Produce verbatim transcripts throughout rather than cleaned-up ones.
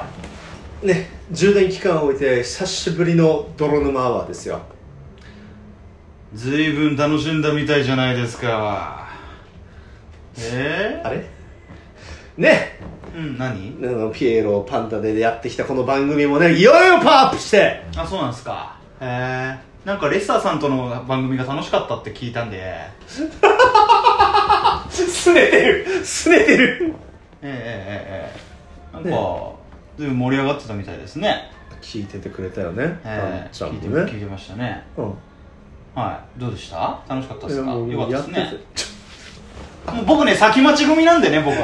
ね、充電期間を置いて久しぶりの泥沼アワーですよ。 ずいぶん楽しんだみたいじゃないですか。えー、 あれね、 うん、何ピエロパンダでやってきたこの番組もね、いよいよパワーアップして。 あ、そうなんですか。へえ。なんかレッサーさんとの番組が楽しかったって聞いたんですねてるすねてる。 ええええええ、なんかずいぶん盛り上がってたみたいですね。 聞いててくれたよね、 ええ、 ちゃんとね。 聞いて、聞いてましたね。うん、はい。どうでした？楽しかったですか？よかったですね。もう僕ね、先待ち組なんでね、僕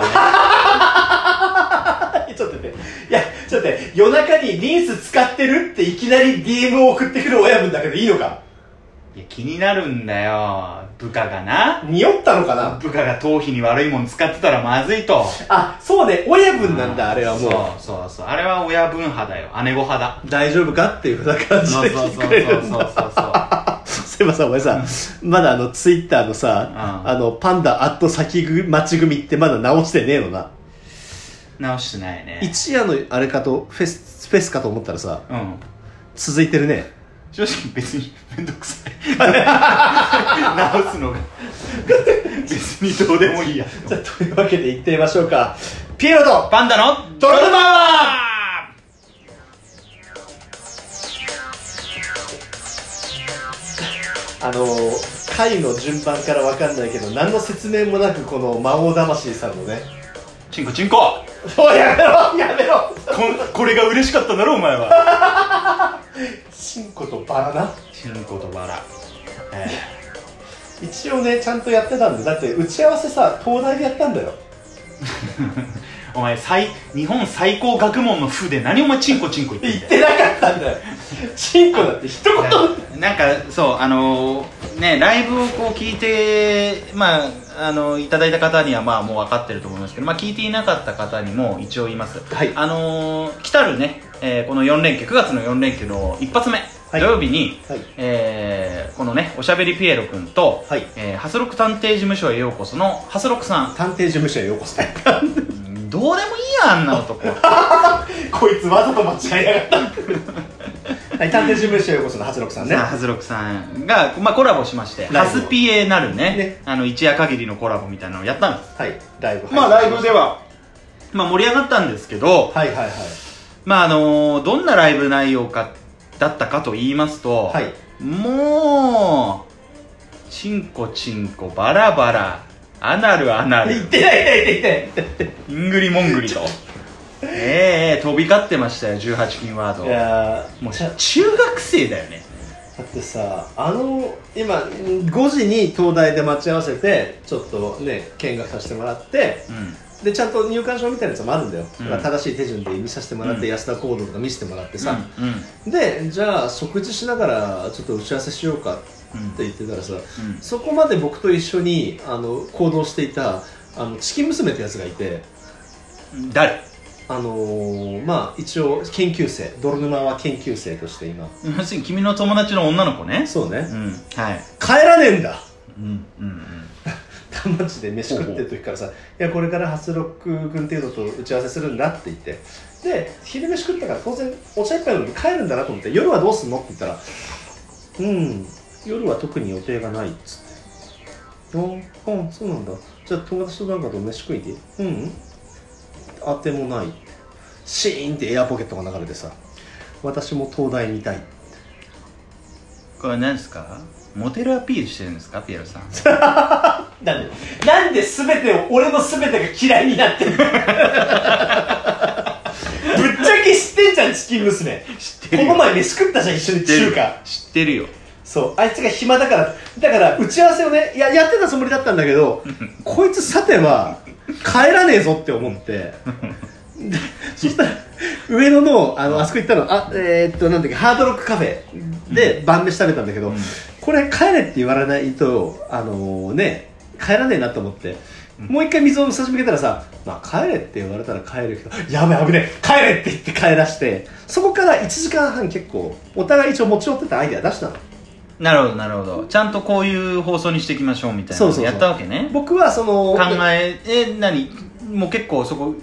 はね。 ちょっと待って、いや、ちょっと待って、夜中にリンス使ってるっていきなり ディーエム を送ってくる親分だけどいいのか？ いや、気になるんだよ、部下がな。 匂ったのかな？ 部下が頭皮に悪いもの使ってたらまずいと。 あ、そうね、親分なんだ、あれはもう。 そうそうそう、あれは親分派だよ、姉御派だ。 大丈夫かっていうふうな感じで聞いてくれるんだ。そうそうそうそうそう。そういえばさ、お前さ、まだあのツイッターのさ、うん、あのパンダアット先待ち組ってまだ直してねえのな。 直してないね。 一夜のあれかとフェスフェスかと思ったらさ、うん、続いてるね。 正直別にめんどくさい。直すのが別にどうでもいいや。 じゃあというわけでいってみましょうか。ピエロとパンダの泥沼は。あのー、回の順番から分かんないけど何の説明もなくこの魔王魂さんのね、 チンコチンコ、 おいやめろやめろ、 こ, これが嬉しかったんだろお前は。 チンコとバラな。 チンコとバラ、えー、一応ねちゃんとやってたんで、だって打ち合わせさ東大でやったんだよ。 お前最日本最高学問の風で何お前チンコチンコ言ってんだよ。 言ってなかったんだよ。チンコだって一言。 なんかそうあのー、ねライブをこう聞いてまああのいただいた方にはまあもう分かってると思いますけど、まあ聞いていなかった方にも一応言います。はい。あのー、来たるね、えー、このよん連休くがつのよん連休の一発目、はい、土曜日に、はい、えー、このねおしゃべりピエロ君と、はい、えー、ハスロク探偵事務所へようこそのハスロクさん。 探偵事務所へようこそ。 どうでもいいやあんな男。こいつわざと間違えやがった。はい、探偵事務所へようこそのハスロクさんね。 ハスロクさんが、まあ、コラボしまして、ハスピエなる ね, ねあの一夜限りのコラボみたいなのをやったんです。 はい、ライブ。 まあライブでは、まあ、盛り上がったんですけど、 はいはいはい。 まああのー、どんなライブ内容かだったかと言いますと、はい、もうチンコチンコバラバラアナルアナル言ってない言ってない言ってない。 イングリモングリとええー、飛び交ってましたよじゅうはちきんワード。いやもう中学生だよね。 だってさ、あの今ごじに東大で待ち合わせてちょっとね見学させてもらって、うん、でちゃんと入館証みたいなやつもあるんだよ、うん、正しい手順で見させてもらって、うん、安田コードとか見せてもらってさ、うんうん、でじゃあ食事しながらちょっと打ち合わせしようかって言ってたらさ、うん、そこまで僕と一緒にあの行動していたあのチキン娘ってやつがいて。 誰？ あのー、まあ一応研究生、泥沼は研究生として今要するに君の友達の女の子ね。 そうね、うん、 はい、 帰らねえんだ。うんうんうん田町で飯食ってる時からさ、いやこれからハスロック君っていうのと打ち合わせするんだって言って、で昼飯食ったから当然お茶一杯飲んで帰るんだなと思って、夜はどうすんのって言ったら、うん夜は特に予定がないっつって、ああそうなんだ、じゃあ友達となんかと飯食いに行って、うん当てもない。シーンってエアポケットが流れてさ、私も東大見たい。 これ何ですか？モテるアピールしてるんですかピエロさん。 なんでなんで全てを俺の全てが嫌いになってるの。ぶっちゃけ知ってんじゃんチキン娘。知ってるよ。この前飯食ったじゃん一緒に中華。 知ってるよ。 そうあいつが暇だからだから打ち合わせをね や, やってたつもりだったんだけどこいつさては帰らねえぞって思ってそしたら上野の あ, のあそこ行ったのあえー、っとなんだっけハードロックカフェで晩飯食べたんだけど、うん、これ帰れって言われないとあのー、ね帰らねえなと思って、うん、もう一回水を差し向けたらさ、まあ、帰れって言われたら帰るけどやべえ危ねえ帰れって言って帰らしてそこからいちじかんはん結構お互い一応持ち寄ってたアイデア出したの。 なるほどなるほど。ちゃんとこういう放送にしていきましょうみたいなのをやったわけね。 僕はその考ええ何もう結構そこ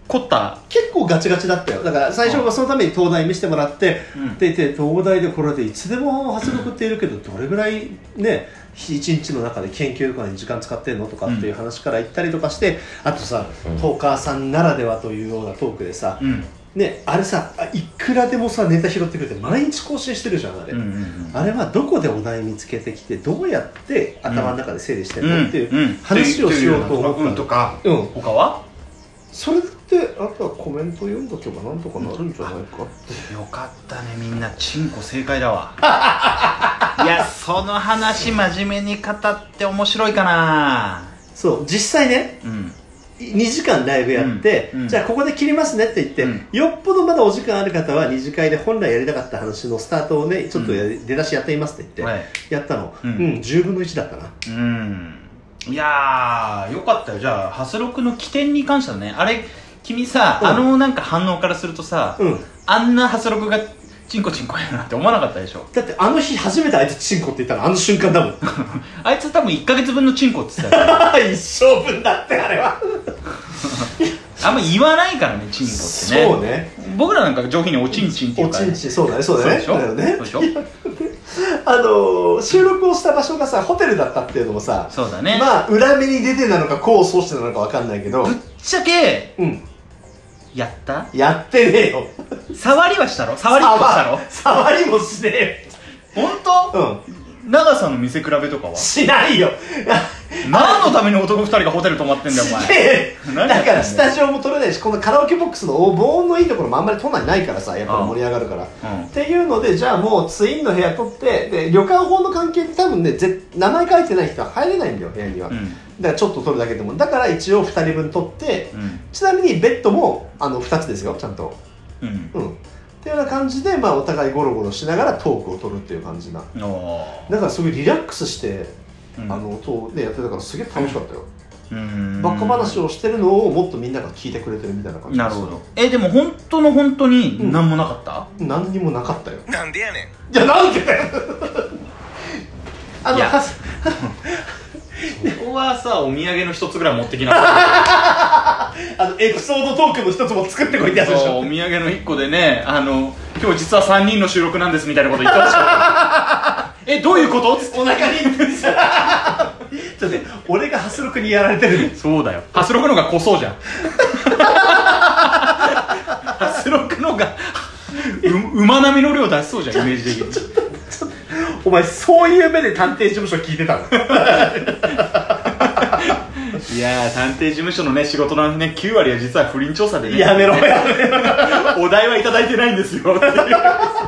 凝った結構ガチガチだったよ。だから最初はそのために東大見せてもらって、うん、でで東大でこれでいつでも発力っているけどどれぐらいねいちにちの中で研究とかに時間使ってんのとかっていう話から言ったりとかして、うん、あとさ、うん、トーカーさんならではというようなトークでさ、うんね、あれさいくらでもさネタ拾ってくれて毎日更新してるじゃんあれ、うんうんうん、あれはどこでお題見つけてきてどうやって頭の中で整理してるの、うん、っていう話をしようと思った、 うん、とか、うん、他はそれってあとはコメント読んどけばなんとかなるんじゃないかってよかったねみんなチンコ正解だわいやその話真面目に語って面白いかな。 そう実際ね、うんにじかんライブやって、うんうん、じゃあここで切りますねって言って、うん、よっぽどまだお時間ある方は二次会で本来やりたかった話のスタートをねちょっと出だしやってみますって言って、うん、やったの、うん、うん、じゅうぶんのいちだったな。 うんいやーよかったよ。じゃあハスロクの起点に関してはねあれ君さ、うん、あのなんか反応からするとさ、うん、あんなハスロクがチンコチンコやなって思わなかったでしょ。 だってあの日初めてあいつチンコって言ったのあの瞬間だもんあいつ多分いっかげつぶんのチンコって言ってたよ一生分だってあれはあんま言わないからねチンコってね。 そうね僕らなんか上品におちんちんっていうから、ね、 おちんちんそうだねそうだねそうでしょ、 そうでしょあのー、収録をした場所がさホテルだったっていうのもさそうだねまあ裏目に出てなのか功を奏してなのか分かんないけどぶっちゃけうんやったやってねえよ触りはしたろ触りっこしたろ触りもしねえよ本当うん長さの見せ比べとかはしないよ何のために男ふたりがホテル泊まってんだよお前だからスタジオも撮れないしこのカラオケボックスの防音のいいところもあんまり都内ないからさやっぱり盛り上がるから、うん、っていうのでじゃあもうツインの部屋取ってで旅館法の関係で多分ねぜ名前書いてない人は入れないんだよ部屋には、うん、だからちょっと取るだけでもだから一応ふたりぶん取って、うん、ちなみにベッドもあのふたつですよちゃんとうん、うんっていうような感じで、まあ、お互いゴロゴロしながらトークを取るっていう感じなだからすごいリラックスして、うん、あのと、ね、やってたからすげえ楽しかったよ、うん、バカ話をしてるのをもっとみんなが聞いてくれてるみたいな感じなるほど。えでも本当の本当に何もなかった、 うん、何にもなかったよ。 なんでやねん。いやなんでだよあのいやここはさお土産の一つぐらい持ってきなあのエピソードトークの一つも作ってこいってやつでしょ。 お土産の一個でねあの今日実はさんにんの収録なんですみたいなこと言ってほしかったえどういうことっつってお腹にちょっとね俺がハスロクにやられてるそうだよハスロクのが濃そうじゃんハスロクのがう馬並みの量出しそうじゃんイメージ的に。 ちょっとちょっとお前そういう目で探偵事務所聞いてたのいやー探偵事務所のね仕事のねきゅうわりは実は不倫調査でねやめろやめろお題はいただいてないんですよっていういや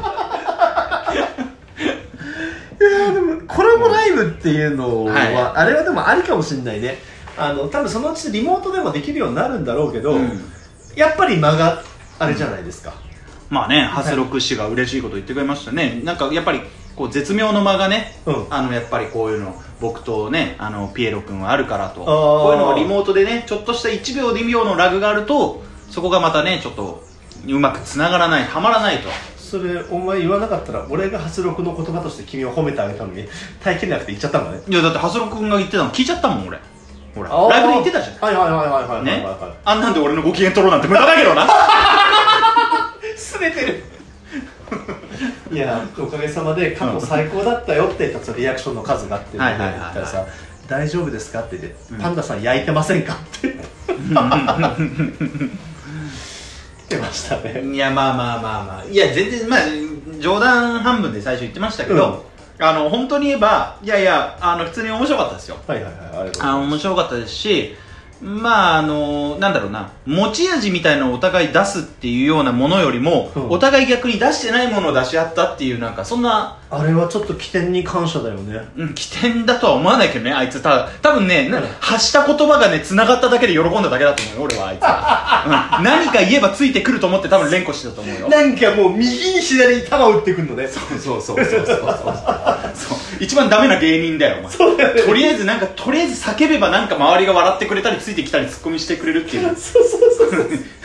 でもコラボライブっていうのは、はい、あれはでもありかもしれないね。あの多分そのうちリモートでもできるようになるんだろうけど、うん、やっぱり間があれじゃないですか、 うん、まあねハスロク氏が嬉しいこと言ってくれましたね、はい、なんかやっぱりこう絶妙の間がね、うん、あのやっぱりこういうの僕とねあのピエロ君はあるからとこういうのがリモートでねちょっとしたいちびょうにびょうのラグがあるとそこがまたねちょっとうまくつながらないはまらないと。 それお前言わなかったら俺がハスロクの言葉として君を褒めてあげたのに耐えきれなくて言っちゃったんだね。 いやだってハスロク君が言ってたの聞いちゃったもん俺ほらライブで言ってたじゃん。 はいはいはいはいはいねあんなんで俺のご機嫌取ろうなんて無駄だけどなすねてるいやおかげさまで過去最高だったよって言ったリアクションの数があって言ったらさ大丈夫ですかって言って、うん、パンダさん焼いてませんかって言ってましたね。 いやまあまあまあまあいや全然まあ冗談半分で最初言ってましたけど、うん、あの本当に言えばいやいやあの普通に面白かったですよ。 はいはいはいありがとうございます。 あの面白かったですしまああのなんだろうな持ち味みたいなのをお互い出すっていうようなものよりも、うん、お互い逆に出してないものを出し合ったっていうなんかそんなあれはちょっと起点に感謝だよね。 うん起点だとは思わないけどねあいつた多分ね、うん、発した言葉がね繋がっただけで喜んだだけだと思うよ俺はあいつは、うん、何か言えばついてくると思って多分連呼してたと思うよ。 なんかもう右に左に球打ってくるのね。 そうそうそうそうそうそうそう一番ダメな芸人だよお前。そうだよね。とりあえずなんかとりあえず叫べばなんか周りが笑ってくれたりついてきたりツッコミしてくれるっていうそうそうそうそう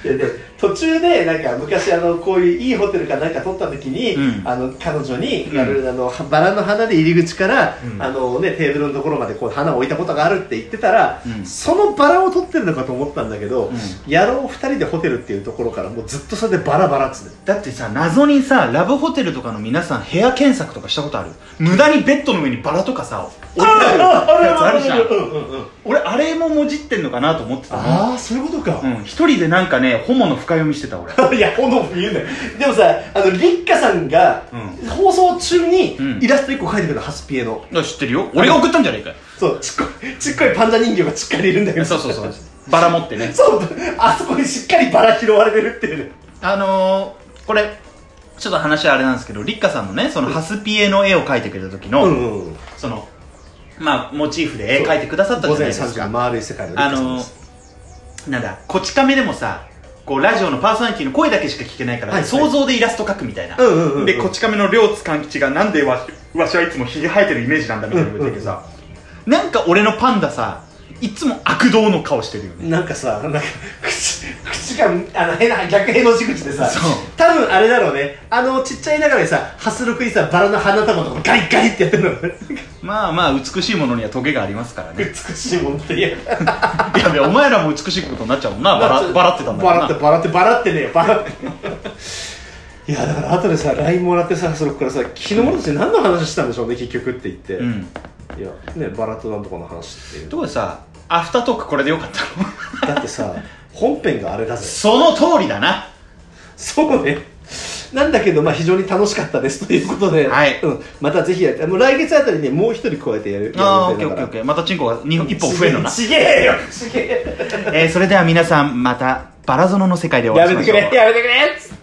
でで途中でなんか昔あのこういういいホテルかなんか取った時に、うん、あの彼女に、うん、あのあのバラの花で入り口から、うん、あのね、テーブルのところまでこう花を置いたことがあるって言ってたら、うん、そのバラを取ってるのかと思ったんだけど、うん、野郎ふたりでホテルっていうところからもうずっとそれでバラバラっつってだってさ謎にさラブホテルとかの皆さん部屋検索とかしたことある？無駄にベッドの上にバラとかさ置いてあるやつあるじゃん。俺あれももじってんのかなと思ってたの。 ああそういうことか。 うん、一人でなんかねホモの深読みしてた俺。 いやホモ言うね。でもさあのリッカさんが、うん、放送中にイラストいっこ描いてくれたハスピエの。 知ってるよ。俺が送ったんじゃねえかよ。 そうちっこいちっこいパンダ人形がしっかりいるんだけど。 そうそうそう。バラ持ってね。 そうあそこにしっかりバラ拾われてるっていうね。 あのー、これちょっと話はあれなんですけどリッカさんのねそのハスピエの絵を描いてくれた時の、うんうん、そのまあモチーフで絵描いてくださったじゃないですか。 午前さんじの丸い世界のリッカさんです。 あのー、なんだこち亀でもさこうラジオのパーソナリティの声だけしか聞けないから、はい、想像でイラスト描くみたいな、うんうんうんうん、でこち亀の両津勘吉がなんでわし、わしはいつもひげ生えてるイメージなんだみたいなこと言ってさ、うんうんうん、なんか俺のパンダさいつも悪童の顔してるよね。 なんかさなんか口, 口があの変な逆への字口でさ多分あれだろうねあのちっちゃい中でさハスロクにさバラの花束とかガリガリってやってるのまあまあ美しいものにはトゲがありますからね。 美しいものっていやいやお前らも美しいことになっちゃうもんな。バラバラってたんだからな。バラってバラってバラってねバラっていやだから後でさ ライン もらってさそれからさ昨日もたち何の話したんでしょうね結局って言って、うん、いやねバラとなんとかの話っていうところでさアフタートークこれでよかったのだってさ本編があれだぜ。 その通りだな。 そうねなんだけど、まあ、非常に楽しかったですということで、 はいうん、またぜひやってもう来月あたりに、ね、もう一人加えてやる。 ああオッケーオッケーオッケー。またチンコがにほんいっぽん増えるのな。 ちげえよちげええー、それでは皆さんまたバラ園の世界でお会いしましょう。 やめてくれやめてくれ